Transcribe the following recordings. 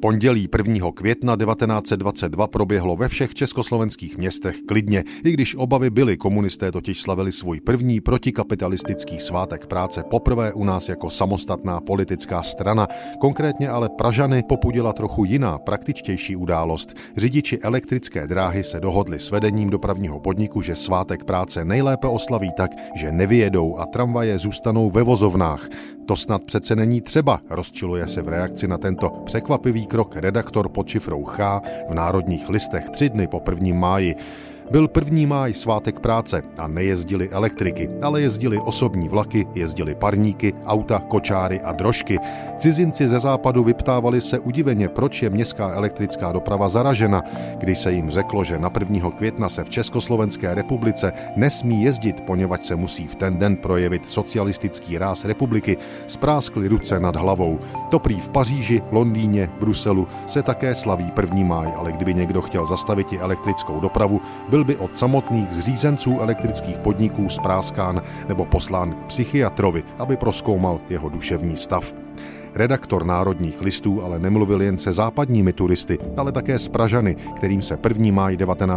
Pondělí 1. května 1922 proběhlo ve všech československých městech klidně, i když obavy byly. Komunisté totiž slavili svůj první protikapitalistický svátek práce poprvé u nás jako samostatná politická strana. Konkrétně ale Pražany popudila trochu jiná, praktičtější událost. Řidiči elektrické dráhy se dohodli s vedením dopravního podniku, že svátek práce nejlépe oslaví tak, že nevyjedou a tramvaje zůstanou ve vozovnách. To snad přece není třeba, rozčiluje se v reakci na tento překvapivý krok redaktor pod šifrou H v Národních listech 3 dny po 1. máji. Byl 1. máj svátek práce a nejezdily elektriky, ale jezdily osobní vlaky, jezdily parníky, auta, kočáry a drožky. Cizinci ze západu vyptávali se udiveně, proč je městská elektrická doprava zaražena. Když se jim řeklo, že na 1. května se v Československé republice nesmí jezdit, poněvadž se musí v ten den projevit socialistický ráz republiky, spráskly ruce nad hlavou. To prý v Paříži, Londýně, Bruselu se také slaví 1. máj, ale kdyby někdo chtěl zastavit i elektrickou dopravu, byl by od samotných zřízenců elektrických podniků spráskán nebo poslán k psychiatrovi, aby prozkoumal jeho duševní stav. Redaktor Národních listů ale nemluvil jen se západními turisty, ale také s Pražany, kterým se 1. máj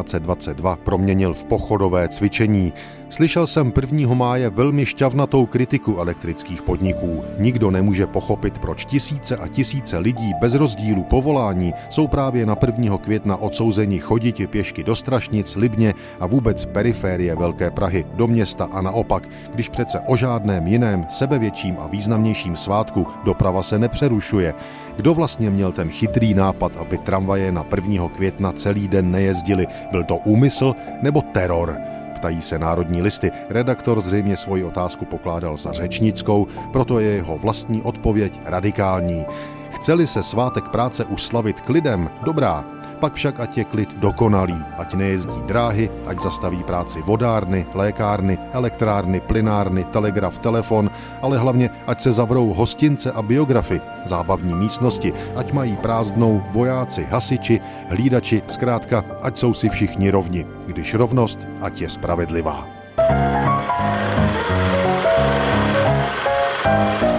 1922 proměnil v pochodové cvičení. Slyšel jsem 1. máje velmi šťavnatou kritiku elektrických podniků. Nikdo nemůže pochopit, proč tisíce a tisíce lidí bez rozdílu povolání jsou právě na 1. května odsouzeni choditi pěšky do Strašnic, Libně a vůbec periférie Velké Prahy do města a naopak, když přece o žádném jiném, sebevětším a významnějším svátku doprava se nepřerušuje. Kdo vlastně měl ten chytrý nápad, aby tramvaje na 1. května celý den nejezdily? Byl to úmysl nebo teror? Ptají se Národní listy. Redaktor zřejmě svoji otázku pokládal za řečnickou, proto je jeho vlastní odpověď radikální. Chce-li se svátek práce uslavit klidem, dobrá, pak však ať je klid dokonalý, ať nejezdí dráhy, ať zastaví práci vodárny, lékárny, elektrárny, plynárny, telegraf, telefon, ale hlavně ať se zavřou hostince a biografy, zábavní místnosti, ať mají prázdnou vojáci, hasiči, hlídači, zkrátka, ať jsou si všichni rovni, když rovnost, ať je spravedlivá.